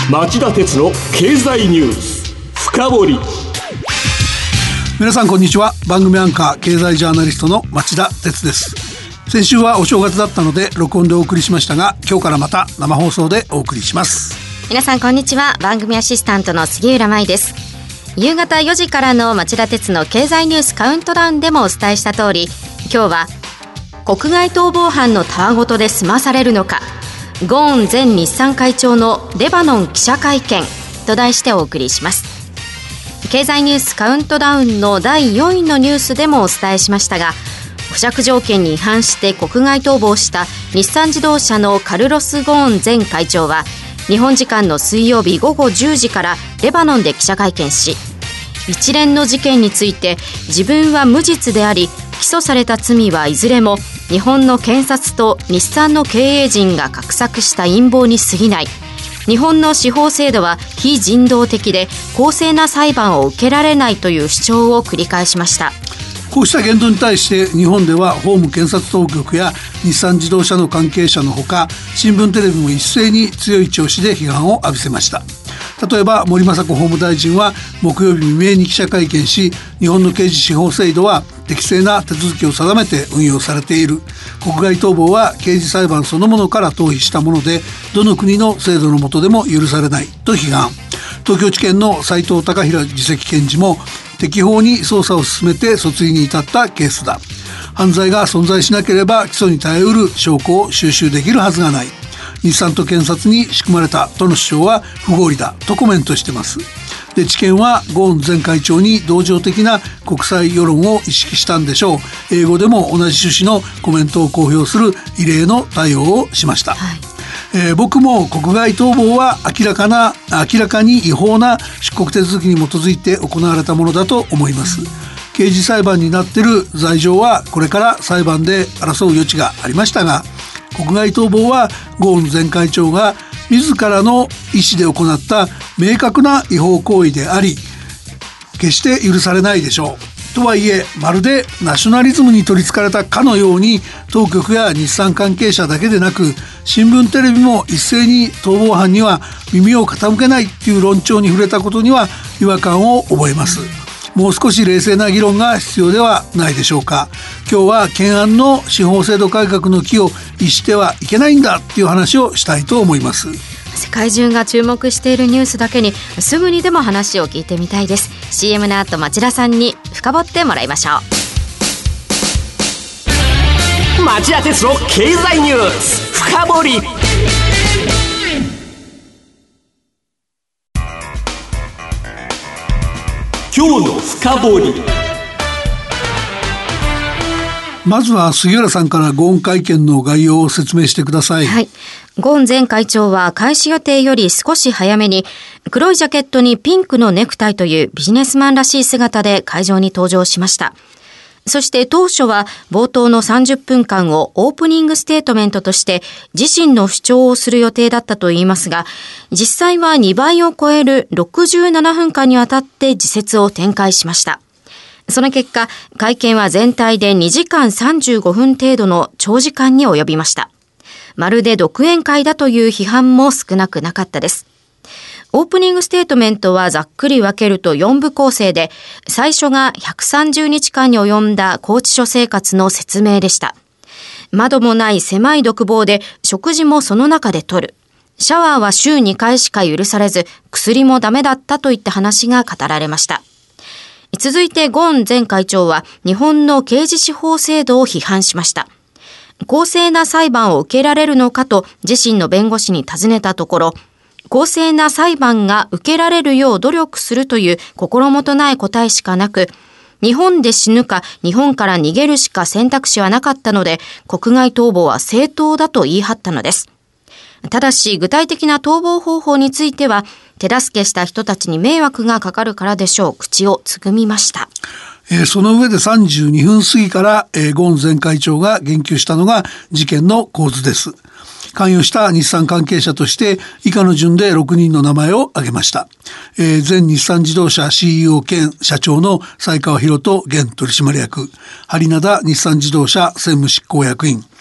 町田鉄の経済ニュース深掘り。 皆さんこんにちは。番組アンカー経済ジャーナリストの町田鉄です。先週はお正月だったので録音でお送りしましたが、今日からまた生放送でお送りします。 皆さんこんにちは。番組アシスタントの杉浦舞です。夕方4時からの町田鉄の経済ニュースカウントダウンでもお伝えした通り、今日は国外逃亡犯のたわごとで済まされるのか、ゴーン前日産会長のレバノン記者会見と題してお送りします。経済ニュースカウントダウンの第4位のニュースでもお伝えしましたが、保釈条件に違反して国外逃亡した日産自動車のカルロス・ゴーン前会長は日本時間の水曜日午後10時からレバノンで記者会見し、一連の事件について自分は無実であり、起訴された罪はいずれも日本の検察と日産の経営陣が画策した陰謀に過ぎない。日本の司法制度は非人道的で公正な裁判を受けられないという主張を繰り返しました。 こうした言動に対して日本では法務検察当局や日産自動車の関係者のほか、新聞テレビも一斉に強い調子で批判を浴びせました。例えば森雅子法務大臣は木曜日未明に記者会見し、日本の刑事司法制度は適正な手続きを定めて運用されている。国外逃亡は刑事裁判そのものから逃避したもので、どの国の制度の下でも許されないと批判。東京地検の斉藤孝弘次席検事も適法に捜査を進めて訴追に至ったケースだ。犯罪が存在しなければ起訴に耐えうる証拠を収集できるはずがない。日産と検察に仕組まれたとの主張は不合理だとコメントしています。で、地検はゴーン前会長に同情的な国際世論を意識したんでしょう。英語でも同じ趣旨のコメントを公表する異例の対応をしました。僕も国外逃亡は明らかに違法な出国手続きに基づいて行われたものだと思います。刑事裁判になっている罪状はこれから裁判で争う余地がありましたが、国外逃亡はゴーン前会長が自らの意思で行った明確な違法行為であり、決して許されないでしょう。とはいえ、まるでナショナリズムに取り憑かれたかのように、当局や日産関係者だけでなく新聞テレビも一斉に逃亡犯には耳を傾けないという論調に触れたことには違和感を覚えます。もう少し冷静な議論が必要ではないでしょうか。今日は懸案の司法制度改革の機を逸してはいけないんだという話をしたいと思います。 世界中が注目しているニュースだけにすぐにでも話を聞いてみたいです。 CM の後町田さんに深掘ってもらいましょう。町田鉄の経済ニュース深掘り。今日の深掘り。 まずは杉浦さんからゴーン会見の概要を説明してください。 はい。ゴーン前会長は開始予定より少し早めに黒いジャケットにピンクのネクタイというビジネスマンらしい姿で会場に登場しました。そして当初は冒頭の30分間をオープニングステートメントとして自身の主張をする予定だったといいますが、実際は2倍を超える67分間にわたって自説を展開しました。その結果、会見は全体で2時間35分程度の長時間に及びました。まるで独演会だという批判も少なくなかったです。オープニングステートメントはざっくり分けると4部構成で、最初が130日間に及んだ拘置所生活の説明でした。窓もない狭い独房で食事もその中で取る。シャワーは週2回しか許されず、薬もダメだったといった話が語られました。続いてゴーン前会長は日本の刑事司法制度を批判しました。公正な裁判を受けられるのかと自身の弁護士に尋ねたところ、公正な裁判が受けられるよう努力するという心もとない答えしかなく、日本で死ぬか日本から逃げるしか選択肢はなかったので、国外逃亡は正当だと言い張ったのです。ただし具体的な逃亡方法については、手助けした人たちに迷惑がかかるからでしょう、口をつぐみました。 その上で32分過ぎから、ゴーン前会長が言及したのが事件の構図です。関与した日産関係者として以下の順で6人の名前を挙げました。前日産自動車 CEO 兼社長の斉川博人現取締役、張灘日産自動車専務執行役員、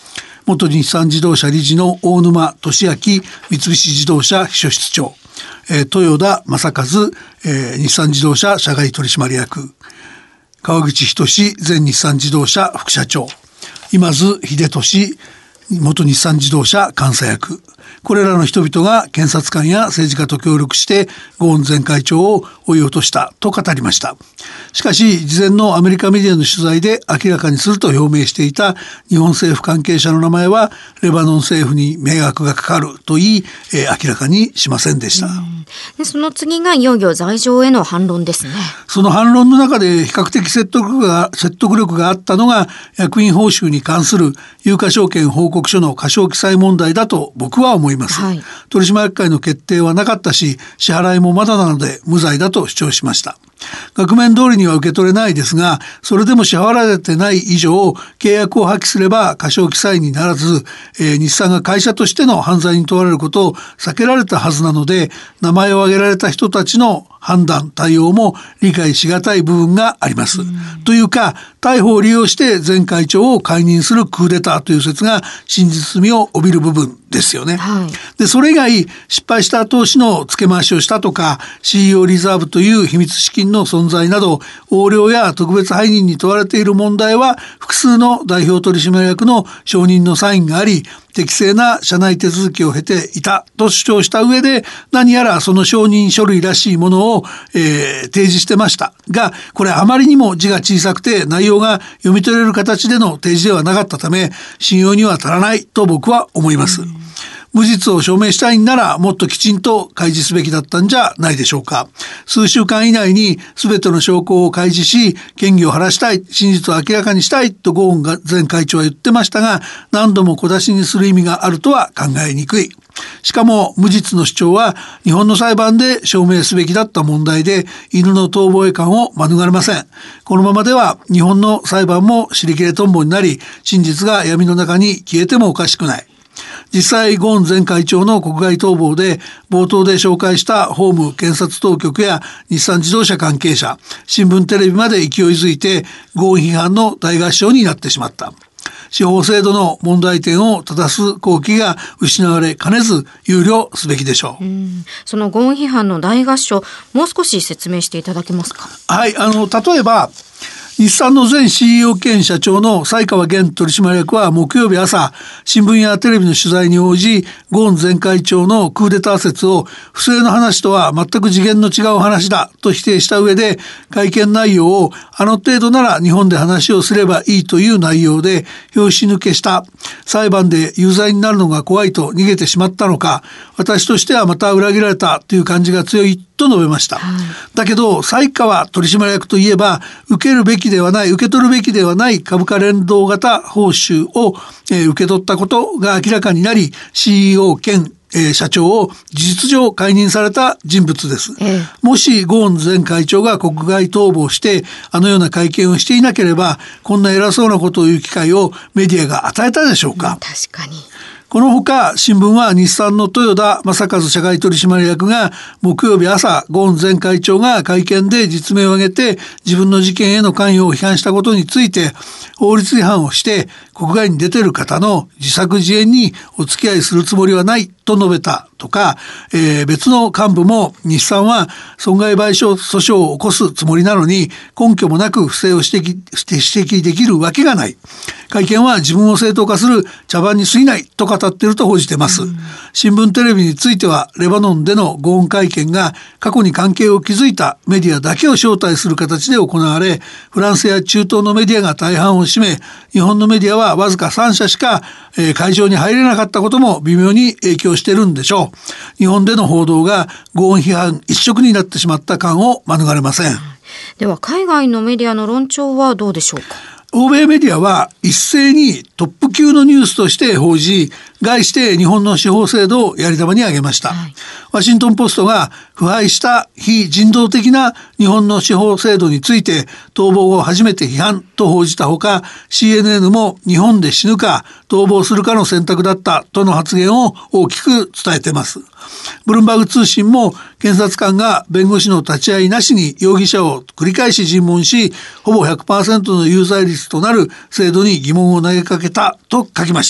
元日産自動車理事の大沼俊明三菱自動車秘書室長、豊田正和、日産自動車社外取締役、川口仁前日産自動車副社長、今津秀俊元日産自動車監査役、これらの人々が検察官や政治家と協力してゴーン前会長を追い落としたと語りました。しかし事前のアメリカメディアの取材で明らかにすると表明していた日本政府関係者の名前はレバノン政府に迷惑がかかると言い、明らかにしませんでした。 でその次がいよいよ罪状への反論ですね。 その反論の中で比較的説得力があったのが役員報酬に関する有価証券報告書の過少記載問題だと僕は思います、はい、取締役会の決定はなかったし支払いもまだなので無罪だと主張しました。額面通りには受け取れないですが、それでも支払われてない以上契約を破棄すれば過少記載にならず、日産が会社としての犯罪に問われることを避けられたはずなので、名前を挙げられた人たちの判断対応も理解しがたい部分があります。というか逮捕を利用して前会長を解任するクーデターという説が真実味を帯びる部分ですよね、はい、でそれ以外失敗した投資の付け回しをしたとか CEO リザーブという秘密資金の存在など横領や特別背任に問われている問題は複数の代表取締役の承認のサインがあり適正な社内手続きを経ていたと主張した上で何やらその承認書類らしいものを、提示してましたが、これあまりにも字が小さくて内容が読み取れる形での提示ではなかったため信用には足らないと僕は思います。無実を証明したいんならもっときちんと開示すべきだったんじゃないでしょうか。数週間以内に全ての証拠を開示し嫌疑を晴らしたい、真実を明らかにしたいとゴーン前会長は言ってましたが、何度も小出しにする意味があるとは考えにくい。しかも無実の主張は日本の裁判で証明すべきだった問題で犬の逃亡感を免れません。このままでは日本の裁判も尻切れトンボになり真実が闇の中に消えてもおかしくない。実際ゴーン前会長の国外逃亡で冒頭で紹介した法務検察当局や日産自動車関係者、新聞テレビまで勢いづいてゴーン批判の大合唱になってしまった。司法制度の問題点を正す好機が失われかねず憂慮すべきでしょう。 そのゴーン批判の大合唱、もう少し説明していただけますか。 はい、例えば日産の前 CEO 兼社長の斉川源取締役は木曜日朝、新聞やテレビの取材に応じ、ゴーン前会長のクーデター説を不正の話とは全く次元の違う話だと否定した上で、会見内容をあの程度なら日本で話をすればいいという内容で拍子抜けした。裁判で有罪になるのが怖いと逃げてしまったのか、私としてはまた裏切られたという感じが強いと述べました、だけど斉川取締役といえば受け取るべきではない株価連動型報酬を、受け取ったことが明らかになり CEO 兼社長を事実上解任された人物です、もしゴーン前会長が国外逃亡してあのような会見をしていなければこんな偉そうなことを言う機会をメディアが与えたでしょうか、 確かに。 このほか新聞は日産の豊田正和社外取締役が木曜日朝ゴーン前会長が会見で実名を挙げて自分の事件への関与を批判したことについて法律違反をして国外に出ている方の自作自演にお付き合いするつもりはないと述べたとか、別の幹部も日産は損害賠償訴訟を起こすつもりなのに根拠もなく不正を指摘できるわけがない。会見は自分を正当化する茶番に過ぎないと語っていると報じています、新聞テレビについてはレバノンでのゴーン会見が過去に関係を築いたメディアだけを招待する形で行われ、フランスや中東のメディアが大半を占め日本のメディアはわずか3社しか、会場に入れなかったことも微妙に影響しているんでしょう。日本での報道がゴーン批判一色になってしまった感を免れません。 では海外のメディアの論調はどうでしょうか。 欧米メディアは一斉にトップ級のニュースとして報じ、概して日本の司法制度をやり玉に挙げました、ワシントンポストが腐敗した非人道的な日本の司法制度について逃亡後初めて批判と報じたほか、 CNN も日本で死ぬか逃亡するかの選択だったとの発言を大きく伝えています。ブルームバーグ通信も検察官が弁護士の立ち会いなしに容疑者を繰り返し尋問し、ほぼ 100% の有罪率となる制度に疑問を投げかけたと書きました。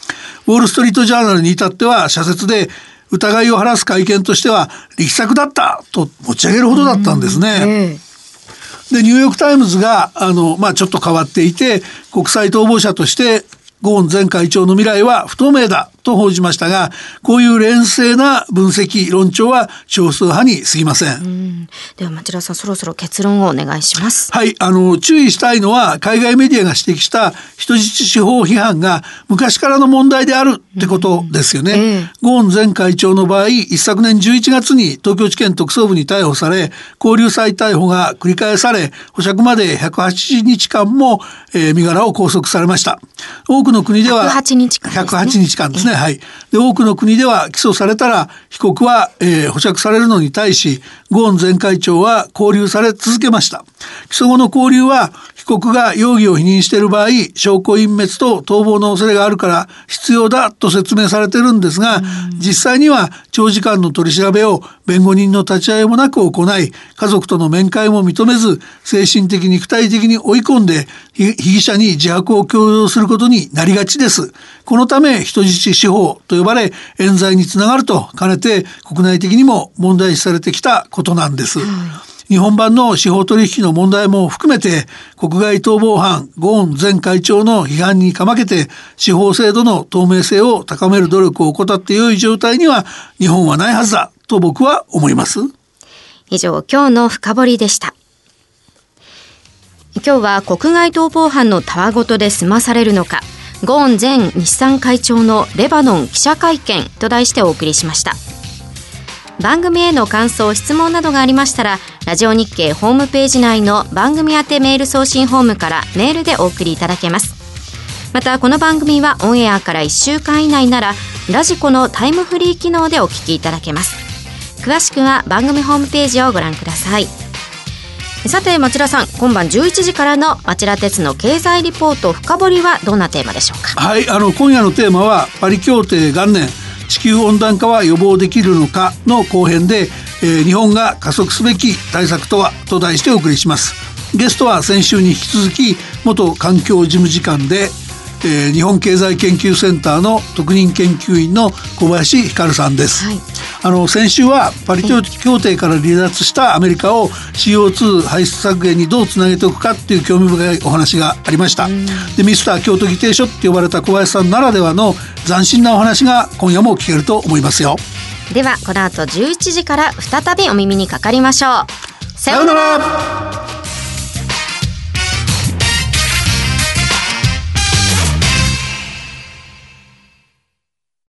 ウォールストリートジャーナルに至っては社説で、疑いを晴らす会見としては力作だったと持ち上げるほどだったんですね。でニューヨークタイムズがちょっと変わっていて、国際逃亡者としてゴーン前会長の未来は不透明だと報じましたが、こういう冷静な分析論調は少数派に過ぎません。 では町田さん、そろそろ結論をお願いします。 はい、注意したいのは海外メディアが指摘した人質司法批判が昔からの問題であるってことですよね。ゴーン前会長の場合、一昨年11月に東京地検特捜部に逮捕され、勾留再逮捕が繰り返され、保釈まで108日間も、身柄を拘束されました。多くの国では 108日間ですね。 108日間ですね。はい。で多くの国では起訴されたら被告は、保釈されるのに対し、ゴーン前会長は勾留され続けました。起訴後の勾留は被告が容疑を否認している場合、証拠隠滅と逃亡の恐れがあるから必要だと説明されているんですが、実際には長時間の取り調べを弁護人の立ち会いもなく行い、家族との面会も認めず、精神的肉体的に追い込んで被疑者に自白を強要することになりがちです。このため人質司法と呼ばれ冤罪につながるとかねて国内的にも問題視されてきたことなんです。日本版の司法取引の問題も含めて、国外逃亡犯ゴーン前会長の批判にかまけて司法制度の透明性を高める努力を怠って良い状態には日本はないはずだと僕は思います。 以上、今日の深掘りでした。今日は国外逃亡犯のたわごとで済まされるのか、ゴーン前日産会長のレバノン記者会見と題してお送りしました。番組への感想・質問などがありましたら、ラジオ日経ホームページ内の番組宛てメール送信フォームからメールでお送りいただけます。またこの番組はオンエアから1週間以内ならラジコのタイムフリー機能でお聞きいただけます。詳しくは番組ホームページをご覧ください。さて町田さん、今晩11時からの町田鉄の経済リポート深掘りはどんなテーマでしょうか。 はい、今夜のテーマはパリ協定元年地球温暖化は予防できるのかの後編で、日本が加速すべき対策とはと題してお送りします。ゲストは先週に引き続き元環境事務次官で、日本経済研究センターの特任研究員の小林光さんです。先週はパリ協定から離脱したアメリカを CO2 排出削減にどうつなげておくかっていう興味深いお話がありました。でミスター京都議定書って呼ばれた小林さんならではの斬新なお話が今夜も聞けると思いますよ。 ではこの後11時から再びお耳にかかりましょう。さようなら。